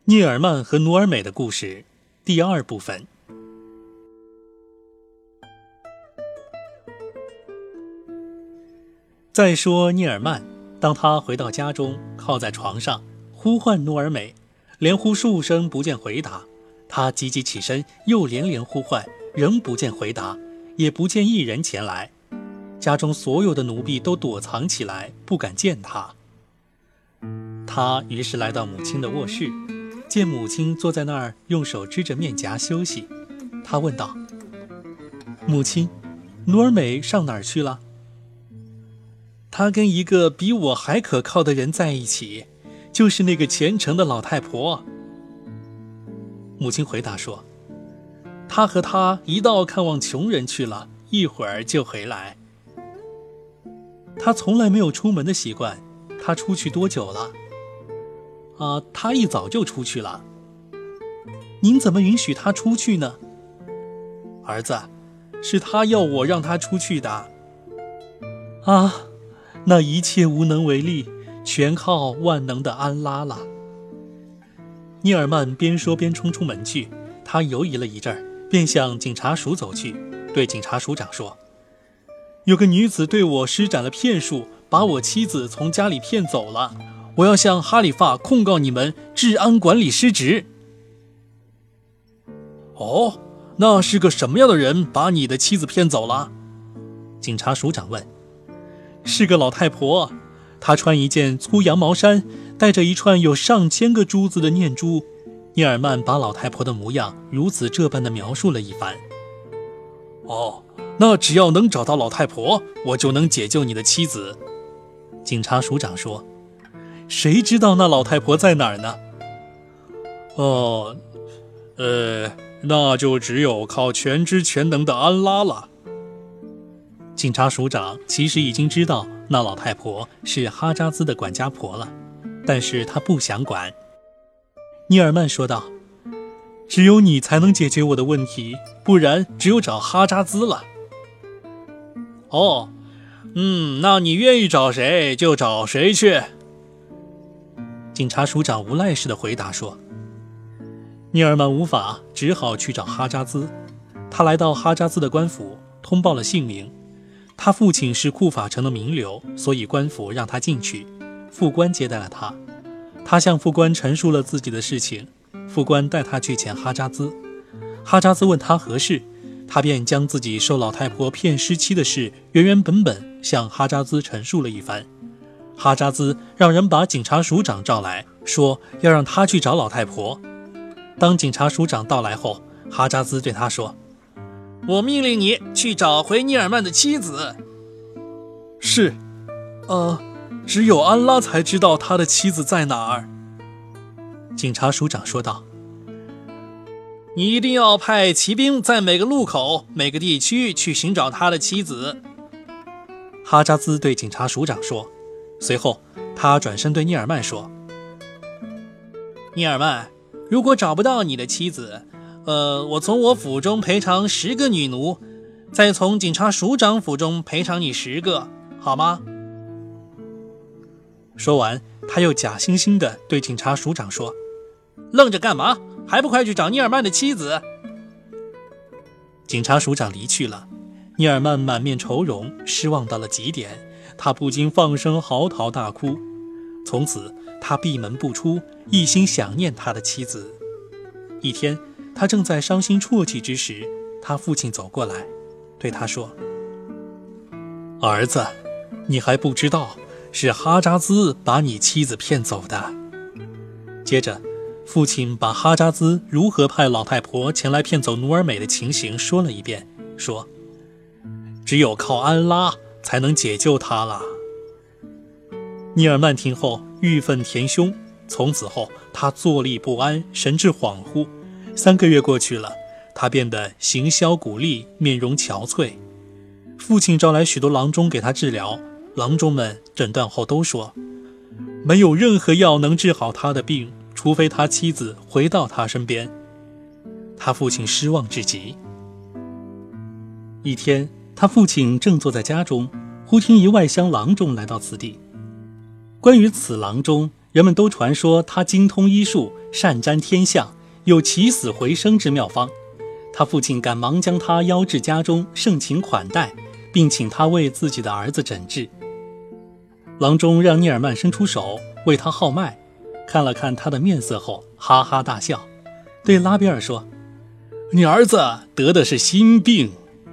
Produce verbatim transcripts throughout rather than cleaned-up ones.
聂尔曼和努尔美的故事第二部分。再说聂尔曼，当他回到家中，靠在床上呼唤努尔美，连呼数声不见回答，他急急起身，又连连呼唤，仍不见回答，也不见一人前来。家中所有的奴婢都躲藏起来，不敢见他。他于是来到母亲的卧室，见母亲坐在那儿，用手支着面颊休息。他问道：母亲，努尔美上哪儿去了？她跟一个比我还可靠的人在一起，就是那个虔诚的老太婆。母亲回答说：她和他一道看望穷人去了，一会儿就回来。她从来没有出门的习惯，她出去多久了？啊，她一早就出去了。您怎么允许她出去呢？儿子，是她要我让她出去的。啊，那一切无能为力，全靠万能的安拉了。聂尔曼边说边冲出门去，他犹疑了一阵儿，便向警察署走去，对警察署长说：有个女子对我施展了骗术，把我妻子从家里骗走了，我要向哈里发控告你们治安管理失职。哦，那是个什么样的人把你的妻子骗走了？警察署长问。是个老太婆，她穿一件粗羊毛衫，带着一串有上千个珠子的念珠。聂尔曼把老太婆的模样如此这般的描述了一番。哦，那只要能找到老太婆，我就能解救你的妻子。警察署长说。谁知道那老太婆在哪儿呢？哦，呃，那就只有靠全知全能的安拉了。警察署长其实已经知道那老太婆是哈扎兹的管家婆了，但是他不想管。聂尔曼说道：只有你才能解决我的问题，不然只有找哈扎兹了。哦，嗯，那你愿意找谁就找谁去。警察署长无奈似的回答说。聂尔曼无法，只好去找哈扎兹。他来到哈扎兹的官府，通报了姓名。他父亲是库法城的名流，所以官府让他进去。副官接待了他，他向副官陈述了自己的事情。副官带他去见哈扎兹。哈扎兹问他何事，他便将自己受老太婆骗失妻的事原原本本向哈扎兹陈述了一番。哈扎兹让人把警察署长召来，说要让他去找老太婆。当警察署长到来后，哈扎兹对他说：我命令你去找回聂尔曼的妻子。是，呃，只有安拉才知道他的妻子在哪儿。警察署长说道。你一定要派骑兵在每个路口、每个地区去寻找他的妻子。哈扎兹对警察署长说。随后他转身对聂尔曼说：聂尔曼，如果找不到你的妻子，呃，我从我府中赔偿十个女奴，再从警察署长府中赔偿你十个，好吗？说完，他又假惺惺地对警察署长说：愣着干嘛？还不快去找聂尔曼的妻子？警察署长离去了，聂尔曼满面愁容，失望到了极点，他不禁放声嚎啕大哭。从此他闭门不出，一心想念他的妻子。一天，他正在伤心啜泣之时，他父亲走过来，对他说：儿子，你还不知道，是哈扎兹把你妻子骗走的。接着，父亲把哈扎兹如何派老太婆前来骗走努尔美的情形说了一遍，说：只有靠安拉才能解救她了。聂尔曼听后郁愤填胸，从此后他坐立不安，神志恍惚。三个月过去了，他变得形销骨立，面容憔悴。父亲招来许多郎中给他治疗，郎中们诊断后都说，没有任何药能治好他的病，除非他妻子回到他身边。他父亲失望至极。一天，他父亲正坐在家中，忽听一外乡郎中来到此地。关于此郎中，人们都传说他精通医术， 善占天象，有起死回生之妙方。他父亲赶忙将他邀至家中，盛情款待，并请他为自己的儿子诊治。郎中让聂尔曼伸出手为他号脉，看了看他的面色后，哈哈大笑，对拉比尔说：“你儿子得的是心病。”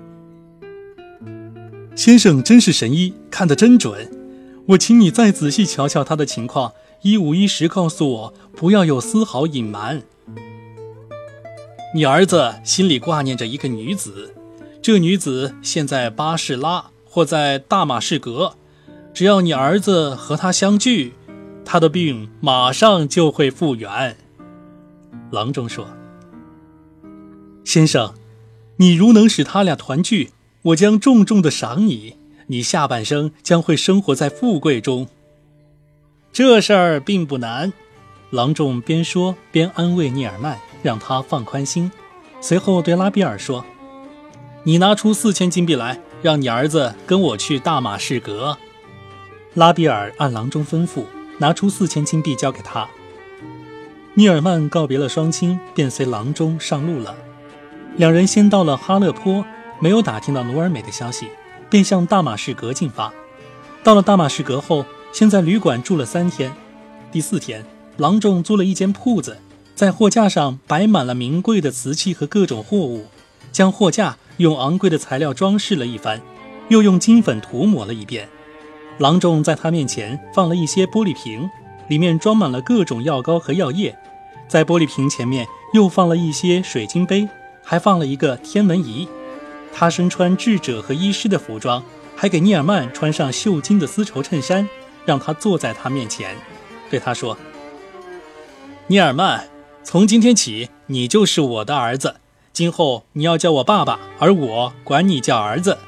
先生真是神医，看得真准。我请你再仔细瞧瞧他的情况，一五一十告诉我，不要有丝毫隐瞒。你儿子心里挂念着一个女子，这女子现在巴士拉或在大马士革，只要你儿子和她相聚，他的病马上就会复原。郎中说：“先生，你如能使他俩团聚，我将重重的赏你，你下半生将会生活在富贵中。”这事儿并不难。郎中边说边安慰聂尔曼，让他放宽心。随后对拉比尔说：“你拿出四千金币来，让你儿子跟我去大马士革。”拉比尔按郎中吩咐，拿出四千金币交给他。聂尔曼告别了双亲，便随郎中上路了。两人先到了哈勒坡，没有打听到努尔美的消息，便向大马士革进发。到了大马士革后，先在旅馆住了三天。第四天，郎中租了一间铺子，在货架上摆满了名贵的瓷器和各种货物，将货架用昂贵的材料装饰了一番，又用金粉涂抹了一遍。郎中在他面前放了一些玻璃瓶，里面装满了各种药膏和药液，在玻璃瓶前面又放了一些水晶杯，还放了一个天文仪。他身穿智者和医师的服装，还给聂尔曼穿上绣金的丝绸衬衫，让他坐在他面前，对他说：“聂尔曼，从今天起，你就是我的儿子，今后你要叫我爸爸，而我管你叫儿子。”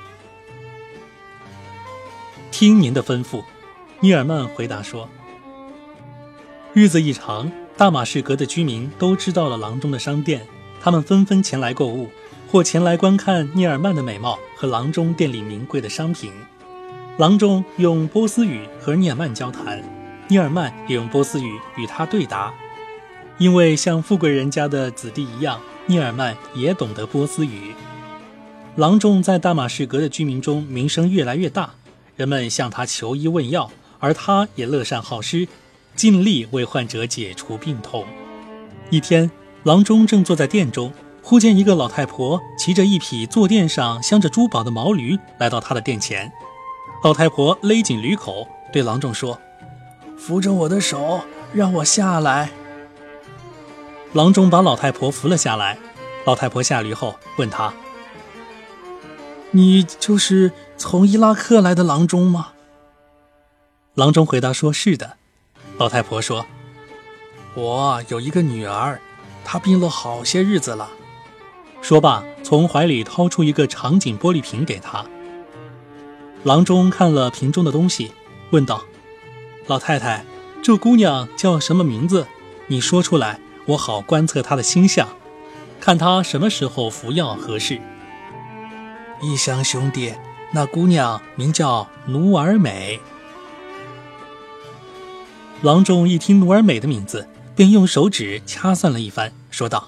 听您的吩咐，聂尔曼回答说。日子一长，大马士革的居民都知道了郎中的商店，他们纷纷前来购物，或前来观看聂尔曼的美貌和郎中店里名贵的商品。郎中用波斯语和聂尔曼交谈，聂尔曼也用波斯语与他对答。因为像富贵人家的子弟一样，聂尔曼也懂得波斯语。郎中在大马士革的居民中名声越来越大，人们向他求医问药，而他也乐善好施，尽力为患者解除病痛。一天，郎中正坐在店中，忽见一个老太婆骑着一匹坐垫上镶着珠宝的毛驴来到他的店前。老太婆勒紧驴口，对郎中说：“扶着我的手，让我下来。”郎中把老太婆扶了下来。老太婆下驴后问他：“你就是从伊拉克来的郎中吗？”郎中回答说：“是的。”老太婆说：“我有一个女儿，她病了好些日子了。”说罢，从怀里掏出一个长颈玻璃瓶给她。郎中看了瓶中的东西，问道：“老太太，这姑娘叫什么名字？你说出来，我好观测她的星象，看她什么时候服药合适。”“异乡兄弟，那姑娘名叫努尔美。”郎中一听努尔美的名字，便用手指掐算了一番，说道：“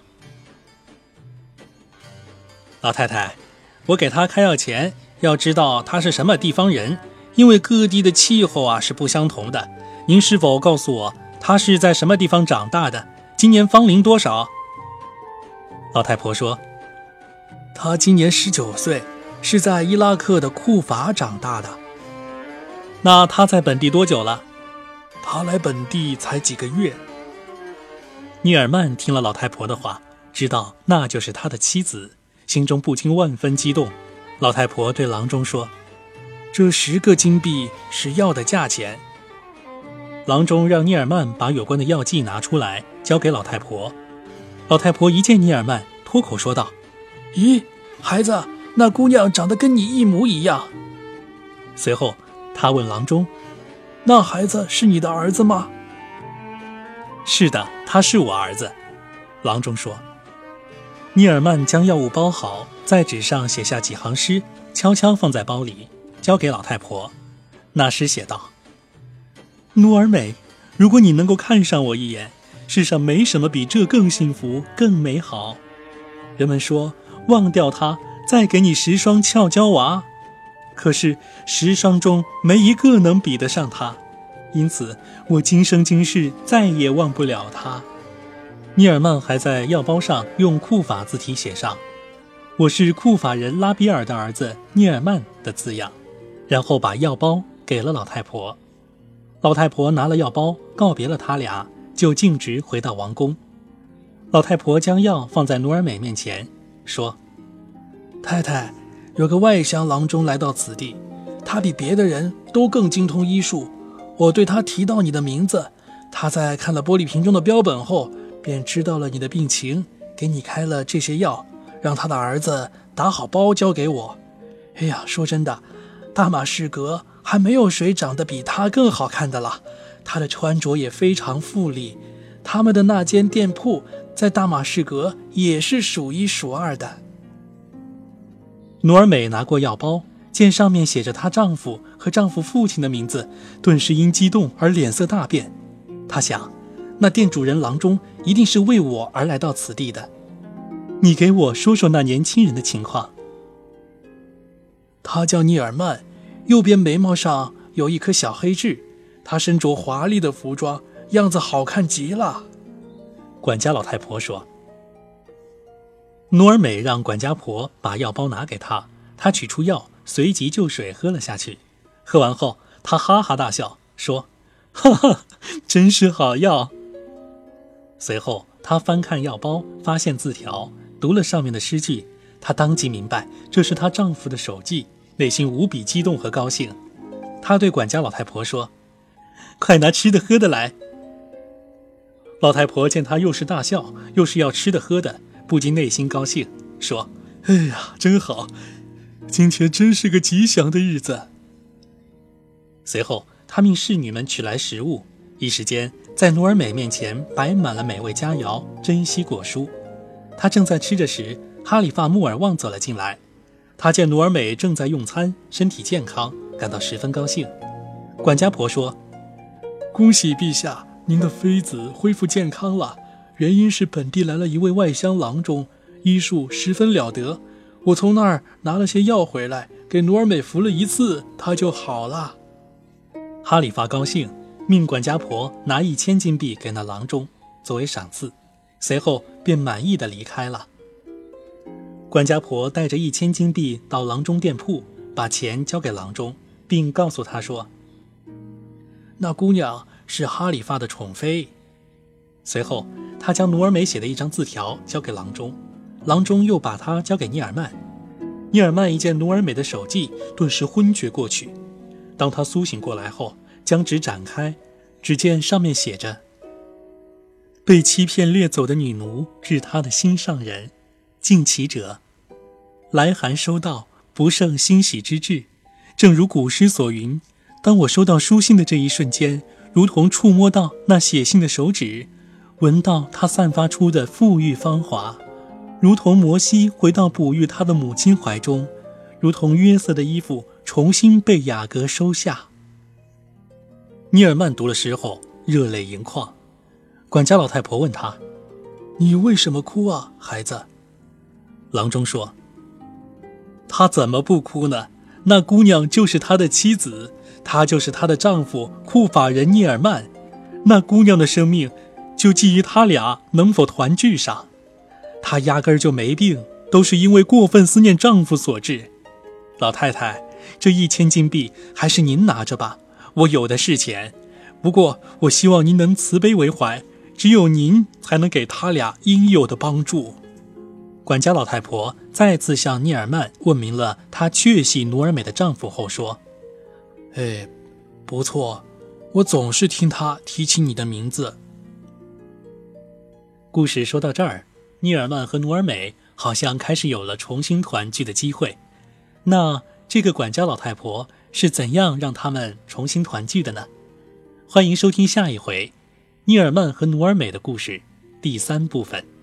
老太太，我给她开药前要知道她是什么地方人，因为各地的气候啊是不相同的。您是否告诉我她是在什么地方长大的？今年芳龄多少？”老太婆说：“她今年十九岁，是在伊拉克的库法长大的。”“那她在本地多久了？”“她来本地才几个月。”聂尔曼听了老太婆的话，知道那就是他的妻子，心中不禁万分激动。老太婆对郎中说：“这十个金币是药的价钱。”郎中让聂尔曼把有关的药剂拿出来，交给老太婆。老太婆一见聂尔曼，脱口说道：“咦，孩子，那姑娘长得跟你一模一样。”随后他问郎中：“那孩子是你的儿子吗？”“是的，他是我儿子。”郎中说。聂尔曼将药物包好，在纸上写下几行诗，悄悄放在包里，交给老太婆。那诗写道：“努尔美，如果你能够看上我一眼， 世上没什么比这更幸福、更美好。人们说，忘掉它，再给你十双俏娇娃，可是十双中没一个能比得上它，因此我今生今世再也忘不了它。尼尔曼还在药包上用库法字体写上我是库法人拉比尔的儿子尼尔曼的字样，然后把药包给了老太婆。老太婆拿了药包告别了他俩，就径直回到王宫。老太婆将药放在努尔美面前，说：太太，有个外乡郎中来到此地，他比别的人都更精通医术。我对他提到你的名字，他在看了玻璃瓶中的标本后，便知道了你的病情，给你开了这些药，让他的儿子打好包交给我。哎呀，说真的，大马士革还没有谁长得比他更好看的了，他的穿着也非常富丽，他们的那间店铺在大马士革也是数一数二的。努尔美拿过药包，见上面写着她丈夫和丈夫父亲的名字，顿时因激动而脸色大变。她想，那店主人郎中一定是为我而来到此地的。你给我说说那年轻人的情况。他叫尼尔曼，右边眉毛上有一颗小黑痣，他身着华丽的服装，样子好看极了。管家老太婆说。努尔美让管家婆把药包拿给他，他取出药，随即就水喝了下去。喝完后，他哈哈大笑，说：哈哈，真是好药。随后他翻看药包，发现字条，读了上面的诗句，她当即明白这是她丈夫的手记，内心无比激动和高兴。她对管家老太婆说：快拿吃的喝的来。老太婆见她又是大笑又是要吃的喝的，不禁内心高兴，说：哎呀，真好，今天真是个吉祥的日子。随后她命侍女们取来食物，一时间在努尔美面前摆满了美味佳肴、珍稀果蔬。她正在吃着时，哈里发穆尔旺走了进来。他见努尔美正在用餐，身体健康，感到十分高兴。管家婆说：恭喜陛下，您的妃子恢复健康了，原因是本地来了一位外乡郎中，医术十分了得，我从那儿拿了些药回来，给努尔美服了一次，他就好了。哈里发高兴，命管家婆拿一千金币给那郎中作为赏赐，随后便满意地离开了。管家婆带着一千金币到郎中店铺，把钱交给郎中，并告诉他说：那姑娘是哈里发的宠妃。随后他将努尔美写的一张字条交给郎中，郎中又把它交给尼尔曼。尼尔曼一见努尔美的手记，顿时昏厥过去。当他苏醒过来后，将纸展开，只见上面写着：被欺骗掠走的女奴是他的心上人，敬其者。来函收到，不胜欣喜之至。正如古诗所云，当我收到书信的这一瞬间，如同触摸到那写信的手指，闻到它散发出的馥郁芳华，如同摩西回到哺育他的母亲怀中，如同约瑟的衣服重新被雅各收下。尼尔曼读了诗后热泪盈眶。管家老太婆问他：你为什么哭啊，孩子？郎中说：她怎么不哭呢？那姑娘就是他的妻子，她就是他的丈夫库法人尼尔曼，那姑娘的生命就寄于他俩能否团聚上。她压根儿就没病，都是因为过分思念丈夫所致。老太太，这一千金币还是您拿着吧，我有的是钱。不过我希望您能慈悲为怀，只有您才能给他俩应有的帮助。管家老太婆再次向尼尔曼问明了她确系努尔美的丈夫后说：哎，不错，我总是听她提起你的名字。故事说到这儿，尼尔曼和努尔美好像开始有了重新团聚的机会。那这个管家老太婆是怎样让他们重新团聚的呢？欢迎收听下一回尼尔曼和努尔美的故事第三部分。